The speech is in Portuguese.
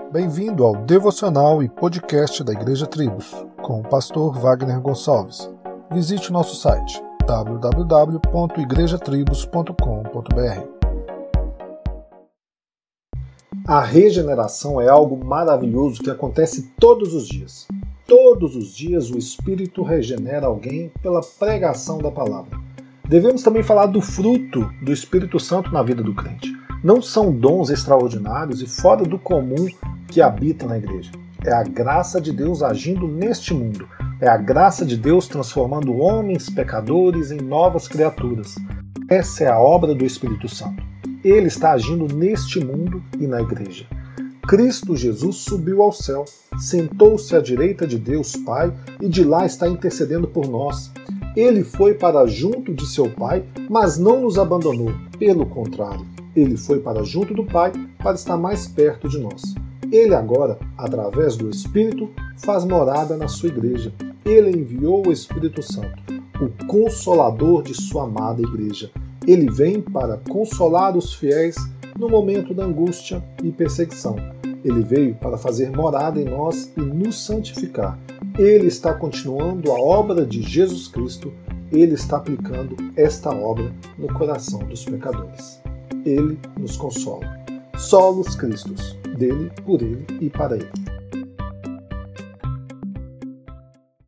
Bem-vindo ao devocional e podcast da Igreja Tribos, com o pastor Wagner Gonçalves. Visite o nosso site www.igrejatribos.com.br. A regeneração é algo maravilhoso que acontece todos os dias. Todos os dias o Espírito regenera alguém pela pregação da palavra. Devemos também falar do fruto do Espírito Santo na vida do crente. Não são dons extraordinários e fora do comum que habita na igreja. É a graça de Deus agindo neste mundo. É a graça de Deus transformando homens pecadores em novas criaturas. Essa é a obra do Espírito Santo. Ele está agindo neste mundo e na igreja. Cristo Jesus subiu ao céu, sentou-se à direita de Deus Pai e de lá está intercedendo por nós. Ele foi para junto de seu Pai, mas não nos abandonou. Pelo contrário, ele foi para junto do Pai para estar mais perto de nós. Ele agora, através do Espírito, faz morada na sua igreja. Ele enviou o Espírito Santo, o Consolador de sua amada igreja. Ele vem para consolar os fiéis no momento da angústia e perseguição. Ele veio para fazer morada em nós e nos santificar. Ele está continuando a obra de Jesus Cristo. Ele está aplicando esta obra no coração dos pecadores. Ele nos consola. Solos Cristos, dele, por ele e para ele.